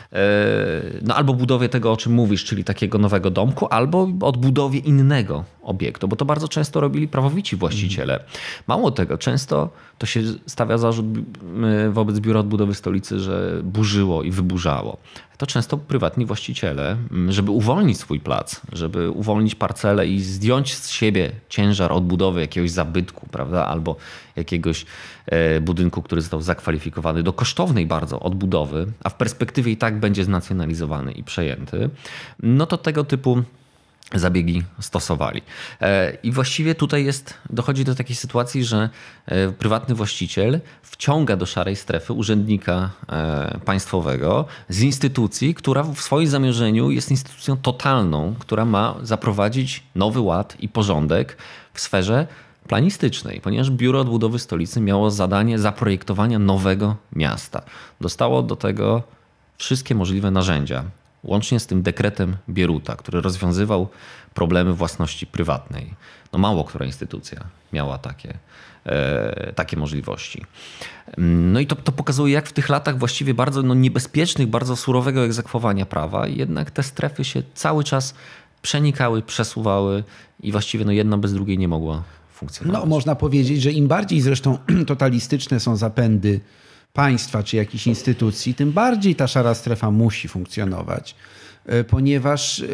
no albo budowie tego, o czym mówisz, czyli takiego nowego domku, albo odbudowie innego obiektu, bo to bardzo często robili prawowici właściciele. Mało tego, często to się stawia zarzut wobec Biura Odbudowy Stolicy, że burzyło i wyburzało. To często prywatni właściciele, żeby uwolnić swój plac, żeby uwolnić parcelę i zdjąć z siebie ciężar odbudowy jakiegoś zabytku, prawda, albo jakiegoś budynku, który został zakwalifikowany do kosztownej bardzo odbudowy, a w perspektywie i tak będzie znacjonalizowany i przejęty, no to tego typu zabiegi stosowali. I właściwie tutaj jest, dochodzi do takiej sytuacji, że prywatny właściciel wciąga do szarej strefy urzędnika państwowego z instytucji, która w swoim zamierzeniu jest instytucją totalną, która ma zaprowadzić nowy ład i porządek w sferze planistycznej, ponieważ Biuro Odbudowy Stolicy miało zadanie zaprojektowania nowego miasta. Dostało do tego wszystkie możliwe narzędzia, łącznie z tym dekretem Bieruta, który rozwiązywał problemy własności prywatnej. No mało która instytucja miała takie, e, takie możliwości. No i to, to pokazuje, jak w tych latach właściwie bardzo no, niebezpiecznych, bardzo surowego egzekwowania prawa, jednak te strefy się cały czas przenikały, przesuwały i właściwie no, jedna bez drugiej nie mogła funkcjonować. No, można powiedzieć, że im bardziej zresztą totalistyczne są zapędy państwa czy jakiejś instytucji, tym bardziej ta szara strefa musi funkcjonować, ponieważ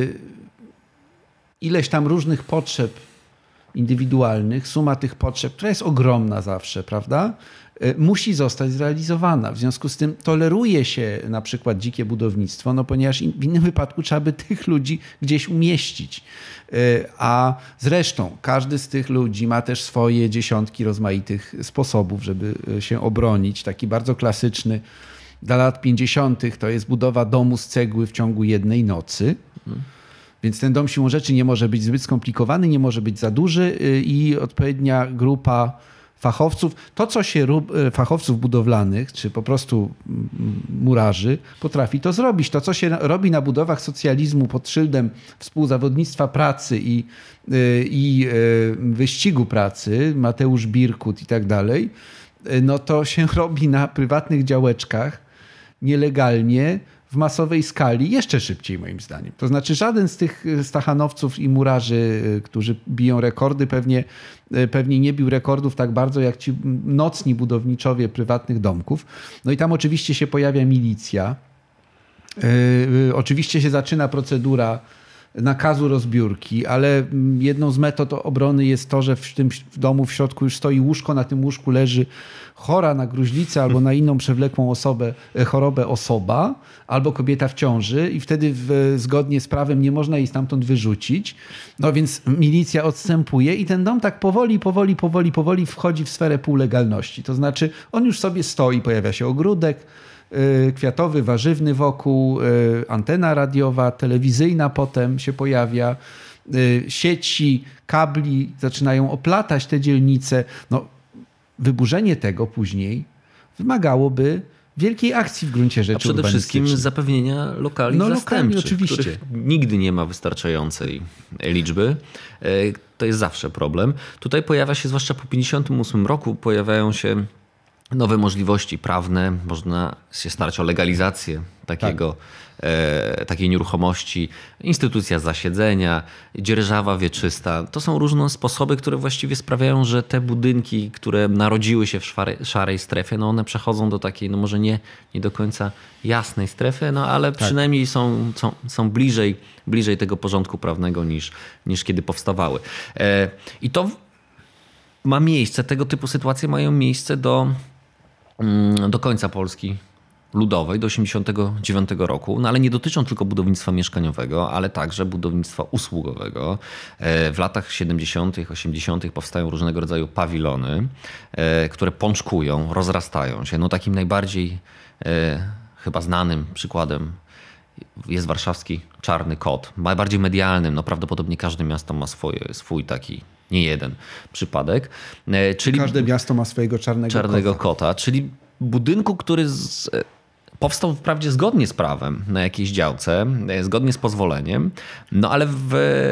ileś tam różnych potrzeb indywidualnych, suma tych potrzeb, która jest ogromna zawsze, prawda, musi zostać zrealizowana. W związku z tym toleruje się na przykład dzikie budownictwo, no ponieważ w innym wypadku trzeba by tych ludzi gdzieś umieścić. A zresztą każdy z tych ludzi ma też swoje dziesiątki rozmaitych sposobów, żeby się obronić. Taki bardzo klasyczny dla lat pięćdziesiątych to jest budowa domu z cegły w ciągu jednej nocy. Więc ten dom siłą rzeczy nie może być zbyt skomplikowany, nie może być za duży i odpowiednia grupa fachowców, to co się fachowców budowlanych, czy po prostu murarzy potrafi to zrobić. To co się robi na budowach socjalizmu pod szyldem współzawodnictwa pracy i, i wyścigu pracy, Mateusz Birkut i tak dalej, no to się robi na prywatnych działeczkach nielegalnie, w masowej skali jeszcze szybciej moim zdaniem. To znaczy żaden z tych stachanowców i murarzy, którzy biją rekordy, pewnie, pewnie nie bił rekordów tak bardzo jak ci nocni budowniczowie prywatnych domków. No i tam oczywiście się pojawia milicja. Yy, oczywiście się zaczyna procedura nakazu rozbiórki, ale jedną z metod obrony jest to, że w tym domu w środku już stoi łóżko, na tym łóżku leży chora na gruźlicę albo na inną przewlekłą osobę, chorobę osoba, albo kobieta w ciąży i wtedy w, zgodnie z prawem nie można jej stamtąd wyrzucić. No więc milicja odstępuje i ten dom tak powoli, powoli, powoli, powoli wchodzi w sferę półlegalności. To znaczy on już sobie stoi, pojawia się ogródek kwiatowy, warzywny wokół, antena radiowa, telewizyjna potem się pojawia, sieci, kabli zaczynają oplatać te dzielnice. No, wyburzenie tego później wymagałoby wielkiej akcji w gruncie rzeczy. A przede wszystkim zapewnienia lokali no, zastępczych, lokali, oczywiście. Których nigdy nie ma wystarczającej liczby. To jest zawsze problem. Tutaj pojawia się, zwłaszcza po pięćdziesiątym ósmym roku, pojawiają się nowe możliwości prawne. Można się starać o legalizację takiego, tak. e, takiej nieruchomości. Instytucja zasiedzenia, dzierżawa wieczysta. To są różne sposoby, które właściwie sprawiają, że te budynki, które narodziły się w szarej, szarej strefie, no one przechodzą do takiej, no może nie, nie do końca jasnej strefy, no ale tak. przynajmniej są, są, są bliżej, bliżej tego porządku prawnego niż, niż kiedy powstawały. E, I to ma miejsce, tego typu sytuacje mają miejsce do, do końca Polski Ludowej, do osiemdziesiątego dziewiątego roku, no ale nie dotyczą tylko budownictwa mieszkaniowego, ale także budownictwa usługowego. W latach siedemdziesiątych, osiemdziesiątych powstają różnego rodzaju pawilony, które pączkują, rozrastają się. No takim najbardziej chyba znanym przykładem jest warszawski Czarny Kot. Najbardziej medialnym, no prawdopodobnie każde miasto ma swoje, swój taki, nie jeden przypadek. Czyli każde miasto ma swojego czarnego, czarnego kota. kota, czyli budynku, który z, powstał wprawdzie zgodnie z prawem na jakiejś działce, zgodnie z pozwoleniem, no ale w,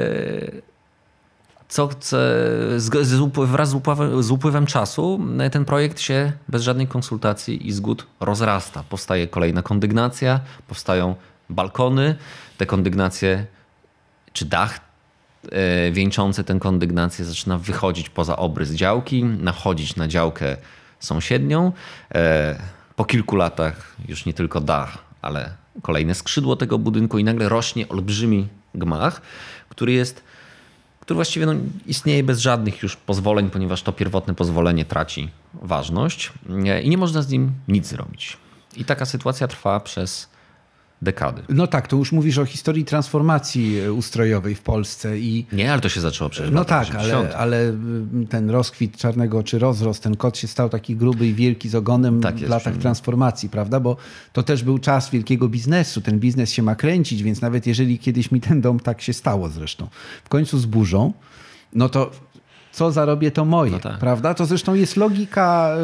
co chce, z, z, wraz z upływem, z upływem czasu ten projekt się bez żadnej konsultacji i zgód rozrasta. Powstaje kolejna kondygnacja, powstają balkony, te kondygnacje czy dach wieńczący tę kondygnację zaczyna wychodzić poza obrys działki, nachodzić na działkę sąsiednią. Po kilku latach już nie tylko dach, ale kolejne skrzydło tego budynku i nagle rośnie olbrzymi gmach, który jest, który właściwie no, istnieje bez żadnych już pozwoleń, ponieważ to pierwotne pozwolenie traci ważność i nie można z nim nic zrobić. I taka sytuacja trwa przez dekady. No tak, to już mówisz o historii transformacji ustrojowej w Polsce. I nie, ale to się zaczęło przecież w No latach tak, osiemdziesiątych. ale, ale ten rozkwit czarnego, czy rozrost, ten kot się stał taki gruby i wielki z ogonem tak w latach transformacji, prawda? Bo to też był czas wielkiego biznesu. Ten biznes się ma kręcić, więc nawet jeżeli kiedyś mi ten dom, tak się stało zresztą, w końcu zburzą, no to co zarobię, to moje, no tak. prawda? To zresztą jest logika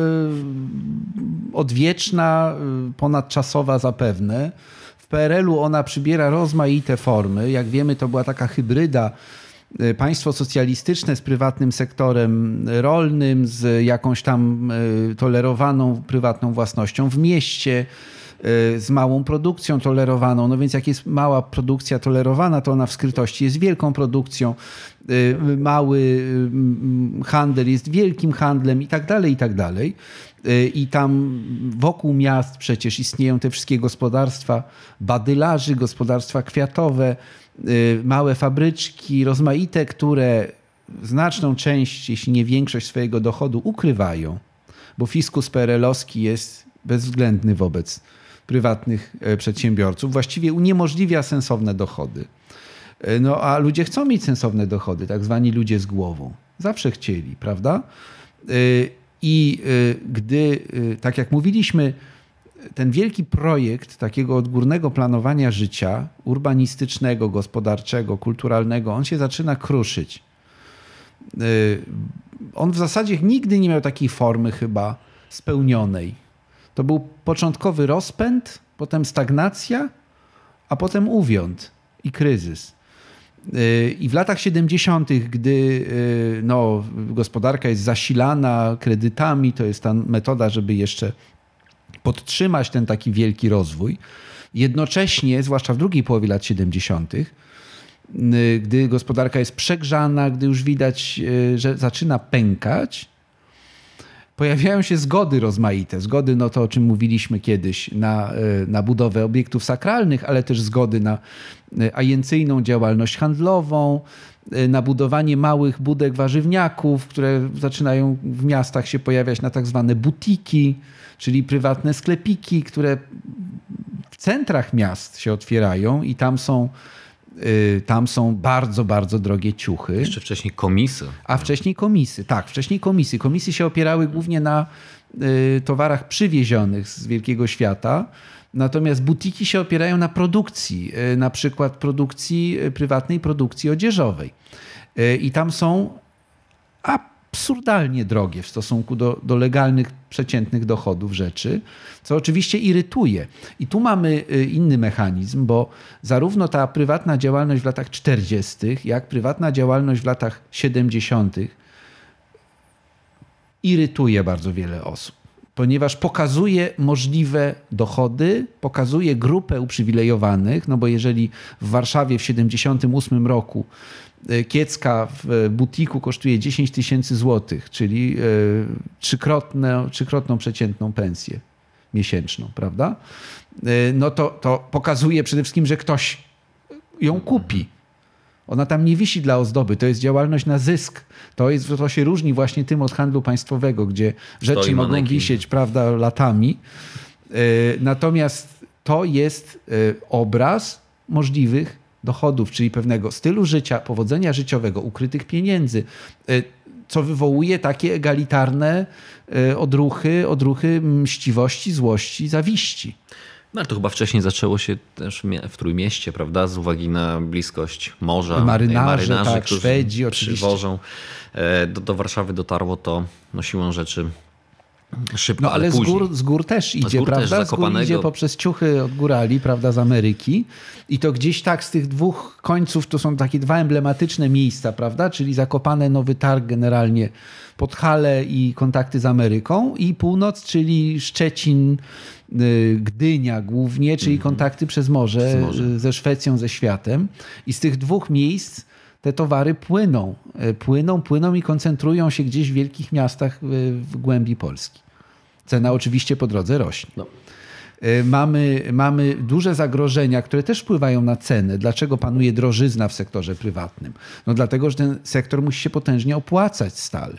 y, odwieczna, y, ponadczasowa zapewne. W P R L u ona przybiera rozmaite formy. Jak wiemy, to była taka hybryda państwo socjalistyczne z prywatnym sektorem rolnym, z jakąś tam tolerowaną prywatną własnością w mieście, z małą produkcją tolerowaną. No więc jak jest mała produkcja tolerowana, to ona w skrytości jest wielką produkcją. Mały handel jest wielkim handlem i tak dalej, i tak dalej. I tam wokół miast przecież istnieją te wszystkie gospodarstwa badylarzy, gospodarstwa kwiatowe, małe fabryczki rozmaite, które znaczną część, jeśli nie większość swojego dochodu ukrywają, bo fiskus P R L-owski jest bezwzględny wobec prywatnych przedsiębiorców. Właściwie uniemożliwia sensowne dochody. No a ludzie chcą mieć sensowne dochody, tak zwani ludzie z głową. Zawsze chcieli, prawda? I gdy, tak jak mówiliśmy, ten wielki projekt takiego odgórnego planowania życia, urbanistycznego, gospodarczego, kulturalnego, on się zaczyna kruszyć. On w zasadzie nigdy nie miał takiej formy chyba spełnionej. To był początkowy rozpęd, potem stagnacja, a potem uwiąd i kryzys. I w latach siedemdziesiątych, gdy no, gospodarka jest zasilana kredytami, to jest ta metoda, żeby jeszcze podtrzymać ten taki wielki rozwój. Jednocześnie, zwłaszcza w drugiej połowie lat siedemdziesiątych, gdy gospodarka jest przegrzana, gdy już widać, że zaczyna pękać, pojawiają się zgody rozmaite. Zgody, no to o czym mówiliśmy kiedyś, na, na budowę obiektów sakralnych, ale też zgody na ajencyjną działalność handlową, na budowanie małych budek warzywniaków, które zaczynają w miastach się pojawiać, na tak zwane butiki, czyli prywatne sklepiki, które w centrach miast się otwierają i tam są, tam są bardzo, bardzo drogie ciuchy. Jeszcze wcześniej komisy. A wcześniej komisy, tak, wcześniej komisy. Komisy się opierały głównie na towarach przywiezionych z wielkiego świata, natomiast butiki się opierają na produkcji, na przykład produkcji, prywatnej produkcji odzieżowej. I tam są absurdalnie drogie w stosunku do, do legalnych, przeciętnych dochodów rzeczy, co oczywiście irytuje. I tu mamy inny mechanizm, bo zarówno ta prywatna działalność w latach czterdziestych, jak prywatna działalność w latach siedemdziesiątych irytuje bardzo wiele osób, ponieważ pokazuje możliwe dochody, pokazuje grupę uprzywilejowanych, no bo jeżeli w Warszawie w siedemdziesiątym ósmym roku kiecka w butiku kosztuje dziesięć tysięcy złotych, czyli trzykrotną, trzykrotną przeciętną pensję miesięczną, prawda? No to, to pokazuje przede wszystkim, że ktoś ją kupi. Ona tam nie wisi dla ozdoby, to jest działalność na zysk. To, jest, to się różni właśnie tym od handlu państwowego, gdzie rzeczy Stoi mogą manekin. wisieć, prawda, latami. Natomiast to jest obraz możliwych dochodów, czyli pewnego stylu życia, powodzenia życiowego, ukrytych pieniędzy, co wywołuje takie egalitarne odruchy, odruchy mściwości, złości, zawiści. No ale to chyba wcześniej zaczęło się też w Trójmieście, prawda? Z uwagi na bliskość morza. Marynarze, marynarzy, tak, którzy Szwedzi oczywiście. przywożą. Do, do Warszawy dotarło to no, siłą rzeczy szybko, no ale, ale z gór, z gór też idzie, z gór prawda? Też, z gór idzie poprzez ciuchy od górali, prawda, z Ameryki. I to gdzieś tak z tych dwóch końców to są takie dwa emblematyczne miejsca, prawda? Czyli Zakopane, Nowy Targ, generalnie Podhale i kontakty z Ameryką, i północ, czyli Szczecin, Gdynia głównie, czyli mm-hmm. kontakty przez morze, przez morze ze Szwecją, ze światem. I z tych dwóch miejsc te towary płyną, płyną, płyną i koncentrują się gdzieś w wielkich miastach w głębi Polski. Cena oczywiście po drodze rośnie. No. Mamy, mamy duże zagrożenia, które też wpływają na cenę. Dlaczego panuje drożyzna w sektorze prywatnym? No dlatego, że ten sektor musi się potężnie opłacać stale.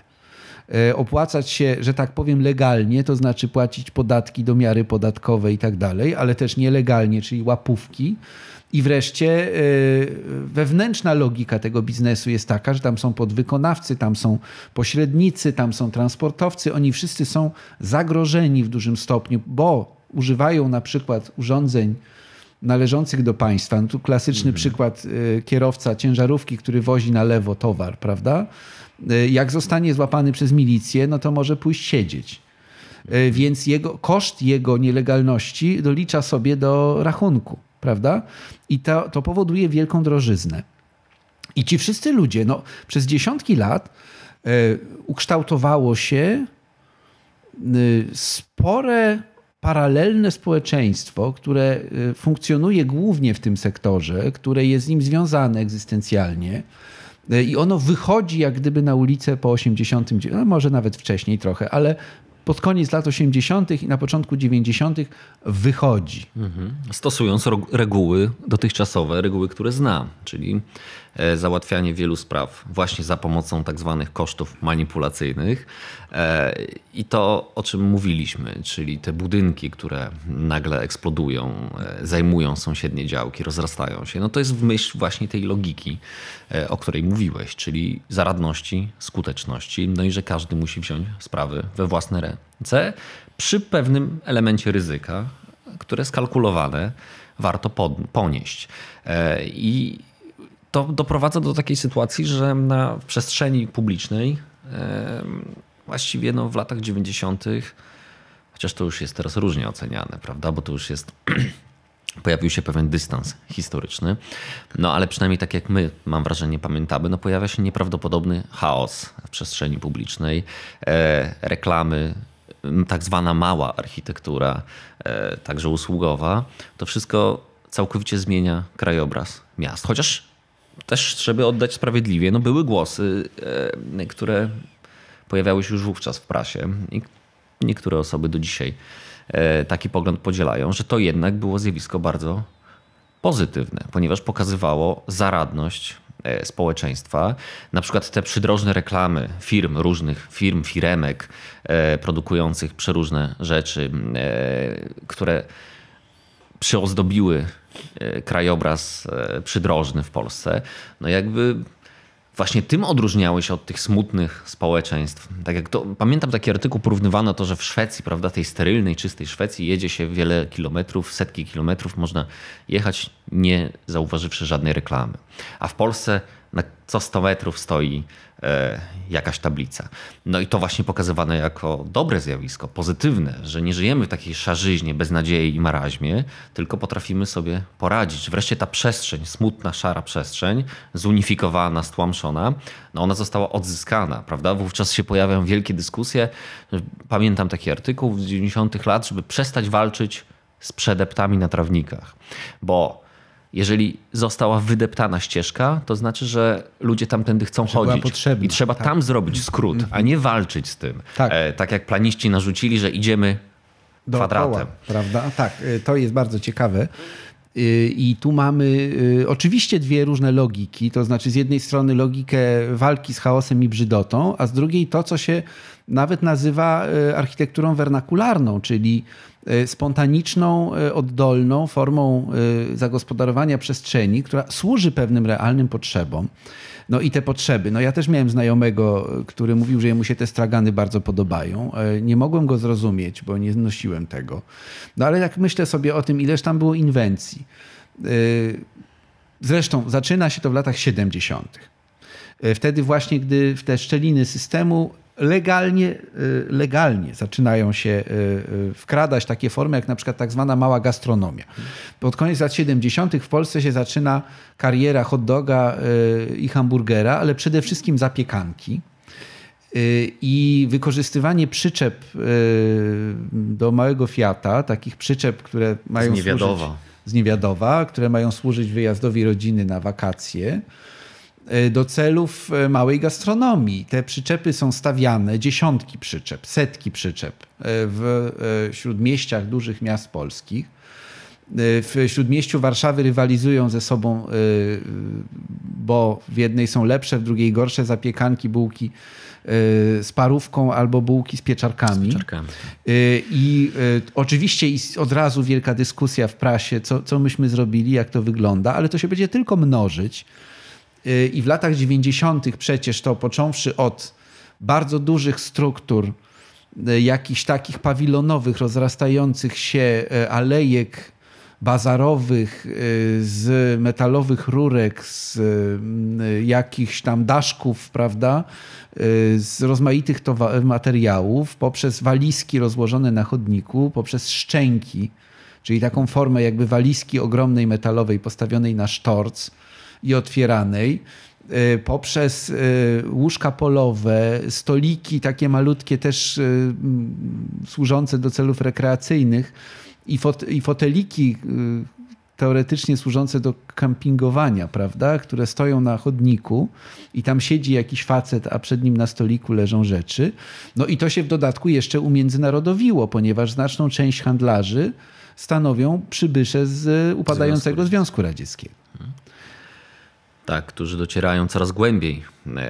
Opłacać się, że tak powiem, legalnie, to znaczy płacić podatki do miary podatkowej i tak dalej, ale też nielegalnie, czyli łapówki. I wreszcie wewnętrzna logika tego biznesu jest taka, że tam są podwykonawcy, tam są pośrednicy, tam są transportowcy. Oni wszyscy są zagrożeni w dużym stopniu, bo używają na przykład urządzeń należących do państwa. No tu klasyczny mhm. przykład kierowca ciężarówki, który wozi na lewo towar, prawda? Jak zostanie złapany przez milicję, no to może pójść siedzieć. Więc jego, koszt jego nielegalności dolicza sobie do rachunku, prawda? I to, to powoduje wielką drożyznę. I ci wszyscy ludzie, no, przez dziesiątki lat e, ukształtowało się e, spore, paralelne społeczeństwo, które e, funkcjonuje głównie w tym sektorze, które jest z nim związane egzystencjalnie. I ono wychodzi jak gdyby na ulicę po osiemdziesiątym, no może nawet wcześniej trochę, ale pod koniec lat osiemdziesiątych i na początku dziewięćdziesiątych wychodzi. Mhm. Stosując reguły dotychczasowe, reguły, które znam, czyli załatwianie wielu spraw właśnie za pomocą tak zwanych kosztów manipulacyjnych. I to, o czym mówiliśmy, czyli te budynki, które nagle eksplodują, zajmują sąsiednie działki, rozrastają się, no to jest w myśl właśnie tej logiki, o której mówiłeś, czyli zaradności, skuteczności, no i że każdy musi wziąć sprawy we własne ręce przy pewnym elemencie ryzyka, które skalkulowane warto pod, ponieść. I to doprowadza do takiej sytuacji, że na przestrzeni publicznej właściwie no w latach dziewięćdziesiątych, chociaż to już jest teraz różnie oceniane, prawda, bo to już jest, pojawił się pewien dystans historyczny, no ale przynajmniej tak jak my, mam wrażenie, pamiętamy, no pojawia się nieprawdopodobny chaos w przestrzeni publicznej, e, reklamy, tak zwana mała architektura, e, także usługowa, to wszystko całkowicie zmienia krajobraz miast. Chociaż też trzeba oddać sprawiedliwie, no były głosy, e, które pojawiały się już wówczas w prasie i niektóre osoby do dzisiaj taki pogląd podzielają, że to jednak było zjawisko bardzo pozytywne, ponieważ pokazywało zaradność społeczeństwa. Na przykład te przydrożne reklamy firm, różnych firm, firemek produkujących przeróżne rzeczy, które przyozdobiły krajobraz przydrożny w Polsce, no jakby właśnie tym odróżniały się od tych smutnych społeczeństw. Tak jak to, pamiętam taki artykuł, porównywano to, że w Szwecji, prawda, tej sterylnej, czystej Szwecji jedzie się wiele kilometrów, setki kilometrów można jechać nie zauważywszy żadnej reklamy. A w Polsce na co sto metrów stoi e, jakaś tablica. No i to właśnie pokazywane jako dobre zjawisko, pozytywne, że nie żyjemy w takiej szarzyźnie, beznadziei i maraźmie, tylko potrafimy sobie poradzić. Wreszcie ta przestrzeń, smutna, szara przestrzeń, zunifikowana, stłamszona, no ona została odzyskana, prawda? Wówczas się pojawiają wielkie dyskusje. Pamiętam taki artykuł z dziewięćdziesiątych lat, żeby przestać walczyć z przedeptami na trawnikach, bo jeżeli została wydeptana ścieżka, to znaczy, że ludzie tamtędy chcą że chodzić i trzeba tak. tam zrobić skrót, a nie walczyć z tym. Tak, e, tak jak planiści narzucili, że idziemy kwadratem. Dookoła, prawda? Tak, to jest bardzo ciekawe. I tu mamy oczywiście dwie różne logiki, to znaczy z jednej strony logikę walki z chaosem i brzydotą, a z drugiej to, co się nawet nazywa architekturą wernakularną, czyli spontaniczną, oddolną formą zagospodarowania przestrzeni, która służy pewnym realnym potrzebom. No i te potrzeby. No ja też miałem znajomego, który mówił, że jemu się te stragany bardzo podobają. Nie mogłem go zrozumieć, bo nie znosiłem tego. No ale jak myślę sobie o tym, ileż tam było inwencji. Zresztą zaczyna się to w latach siedemdziesiątych. Wtedy właśnie, gdy w te szczeliny systemu legalnie, legalnie zaczynają się wkradać takie formy, jak na przykład tak zwana mała gastronomia. Pod koniec lat siedemdziesiątych w Polsce się zaczyna kariera hot doga i hamburgera, ale przede wszystkim zapiekanki. I wykorzystywanie przyczep do małego Fiata, takich przyczep, które mają z Niewiadowa. służyć z Niewiadowa, które mają służyć wyjazdowi rodziny na wakacje, do celów małej gastronomii. Te przyczepy są stawiane, dziesiątki przyczep, setki przyczep w śródmieściach dużych miast polskich. W śródmieściu Warszawy rywalizują ze sobą, bo w jednej są lepsze, w drugiej gorsze zapiekanki, bułki z parówką albo bułki z pieczarkami. Z pieczarkami. I oczywiście od razu wielka dyskusja w prasie, co, co myśmy zrobili, jak to wygląda, ale to się będzie tylko mnożyć. I w latach dziewięćdziesiątych przecież to począwszy od bardzo dużych struktur, jakichś takich pawilonowych, rozrastających się alejek bazarowych, z metalowych rurek, z jakichś tam daszków, prawda, z rozmaitych materiałów, poprzez walizki rozłożone na chodniku, poprzez szczęki, czyli taką formę jakby walizki ogromnej metalowej postawionej na sztorc i otwieranej, poprzez łóżka polowe, stoliki takie malutkie też służące do celów rekreacyjnych i, fot- i foteliki teoretycznie służące do kampingowania, prawda, które stoją na chodniku i tam siedzi jakiś facet, a przed nim na stoliku leżą rzeczy. No i to się w dodatku jeszcze umiędzynarodowiło, ponieważ znaczną część handlarzy stanowią przybysze z upadającego Związku Radzieckiego. Tak, którzy docierają coraz głębiej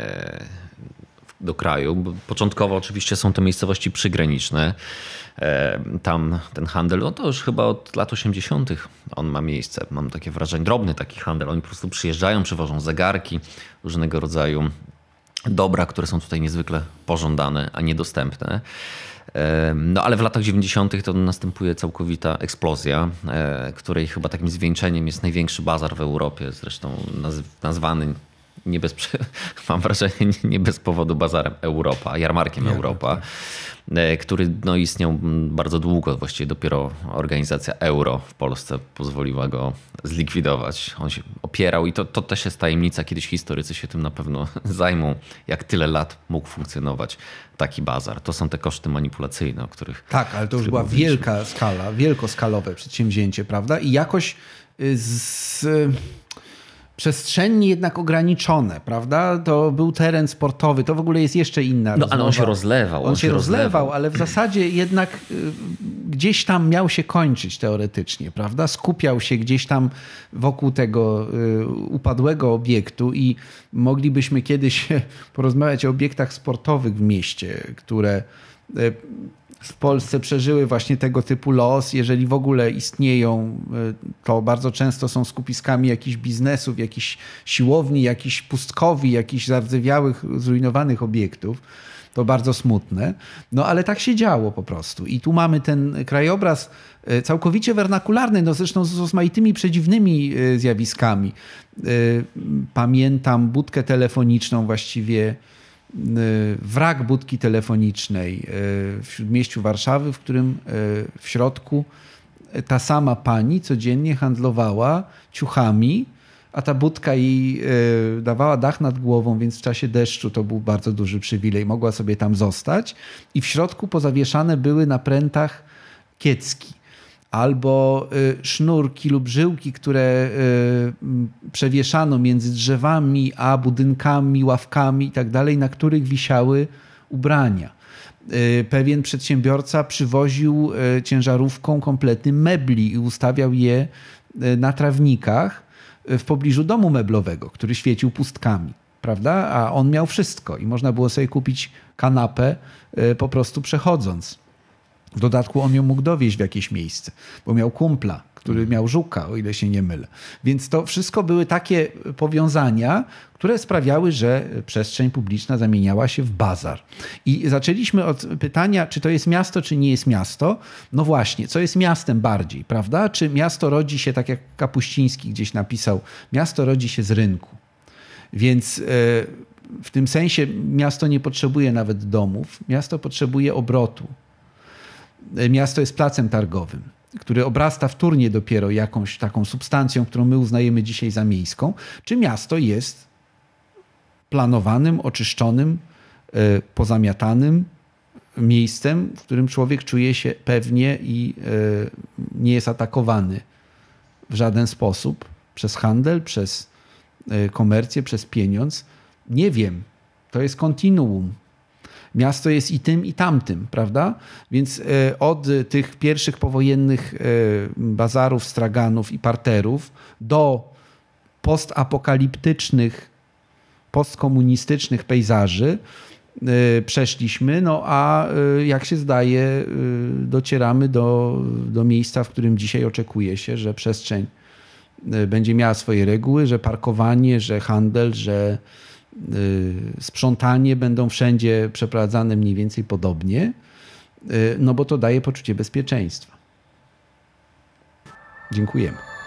do kraju. Początkowo oczywiście są to miejscowości przygraniczne. Tam ten handel, no to już chyba od lat osiemdziesiątych on ma miejsce. Mam takie wrażenie, drobny taki handel. Oni po prostu przyjeżdżają, przywożą zegarki, różnego rodzaju dobra, które są tutaj niezwykle pożądane, a niedostępne. No ale w latach dziewięćdziesiątych to następuje całkowita eksplozja, której chyba takim zwieńczeniem jest największy bazar w Europie, zresztą nazwany nie bez, mam wrażenie nie bez powodu bazarem Europa, jarmarkiem ja, Europa, tak. który no, istniał bardzo długo, właściwie dopiero organizacja Euro w Polsce pozwoliła go zlikwidować. On się opierał i to, to też jest tajemnica, kiedyś historycy się tym na pewno zajmą, jak tyle lat mógł funkcjonować taki bazar. To są te koszty manipulacyjne, o których... Tak, ale to już była mówiliśmy. Wielka skala, wielkoskalowe przedsięwzięcie, prawda? I jakoś z... przestrzennie jednak ograniczone, prawda? To był teren sportowy, to w ogóle jest jeszcze inna No rozmowa. ale on się rozlewał. On, on się, się rozlewał, rozlewał, ale w zasadzie jednak y, gdzieś tam miał się kończyć teoretycznie, prawda? Skupiał się gdzieś tam wokół tego y, upadłego obiektu i moglibyśmy kiedyś porozmawiać o obiektach sportowych w mieście, które y, w Polsce przeżyły właśnie tego typu los. Jeżeli w ogóle istnieją, to bardzo często są skupiskami jakichś biznesów, jakichś siłowni, jakichś pustkowi, jakichś zardzewiałych, zrujnowanych obiektów. To bardzo smutne. No ale tak się działo po prostu. I tu mamy ten krajobraz całkowicie wernakularny, no zresztą z rozmaitymi przedziwnymi zjawiskami. Pamiętam budkę telefoniczną właściwie, wrak budki telefonicznej w śródmieściu Warszawy, w którym w środku ta sama pani codziennie handlowała ciuchami, a ta budka jej dawała dach nad głową, więc w czasie deszczu to był bardzo duży przywilej. Mogła sobie tam zostać i w środku pozawieszane były na prętach kiecki albo sznurki lub żyłki, które przewieszano między drzewami a budynkami, ławkami i tak dalej, na których wisiały ubrania. Pewien przedsiębiorca przywoził ciężarówką kompletny mebli i ustawiał je na trawnikach w pobliżu domu meblowego, który świecił pustkami, prawda? A on miał wszystko i można było sobie kupić kanapę po prostu przechodząc. W dodatku on ją mógł dowieźć w jakieś miejsce, bo miał kumpla, który miał żuka, o ile się nie mylę. Więc to wszystko były takie powiązania, które sprawiały, że przestrzeń publiczna zamieniała się w bazar. I zaczęliśmy od pytania, czy to jest miasto, czy nie jest miasto. No właśnie, co jest miastem bardziej, prawda? Czy miasto rodzi się, tak jak Kapuściński gdzieś napisał, miasto rodzi się z rynku. Więc w tym sensie miasto nie potrzebuje nawet domów, miasto potrzebuje obrotu. Miasto jest placem targowym, który obrasta wtórnie dopiero jakąś taką substancją, którą my uznajemy dzisiaj za miejską, czy miasto jest planowanym, oczyszczonym, pozamiatanym miejscem, w którym człowiek czuje się pewnie i nie jest atakowany w żaden sposób przez handel, przez komercję, przez pieniądz. Nie wiem. To jest kontinuum. Miasto jest i tym, i tamtym, prawda? Więc od tych pierwszych powojennych bazarów, straganów i parterów do postapokaliptycznych, postkomunistycznych pejzaży przeszliśmy, no a jak się zdaje, docieramy do, do miejsca, w którym dzisiaj oczekuje się, że przestrzeń będzie miała swoje reguły, że parkowanie, że handel, że sprzątanie będą wszędzie przeprowadzane mniej więcej podobnie, no bo to daje poczucie bezpieczeństwa. Dziękujemy.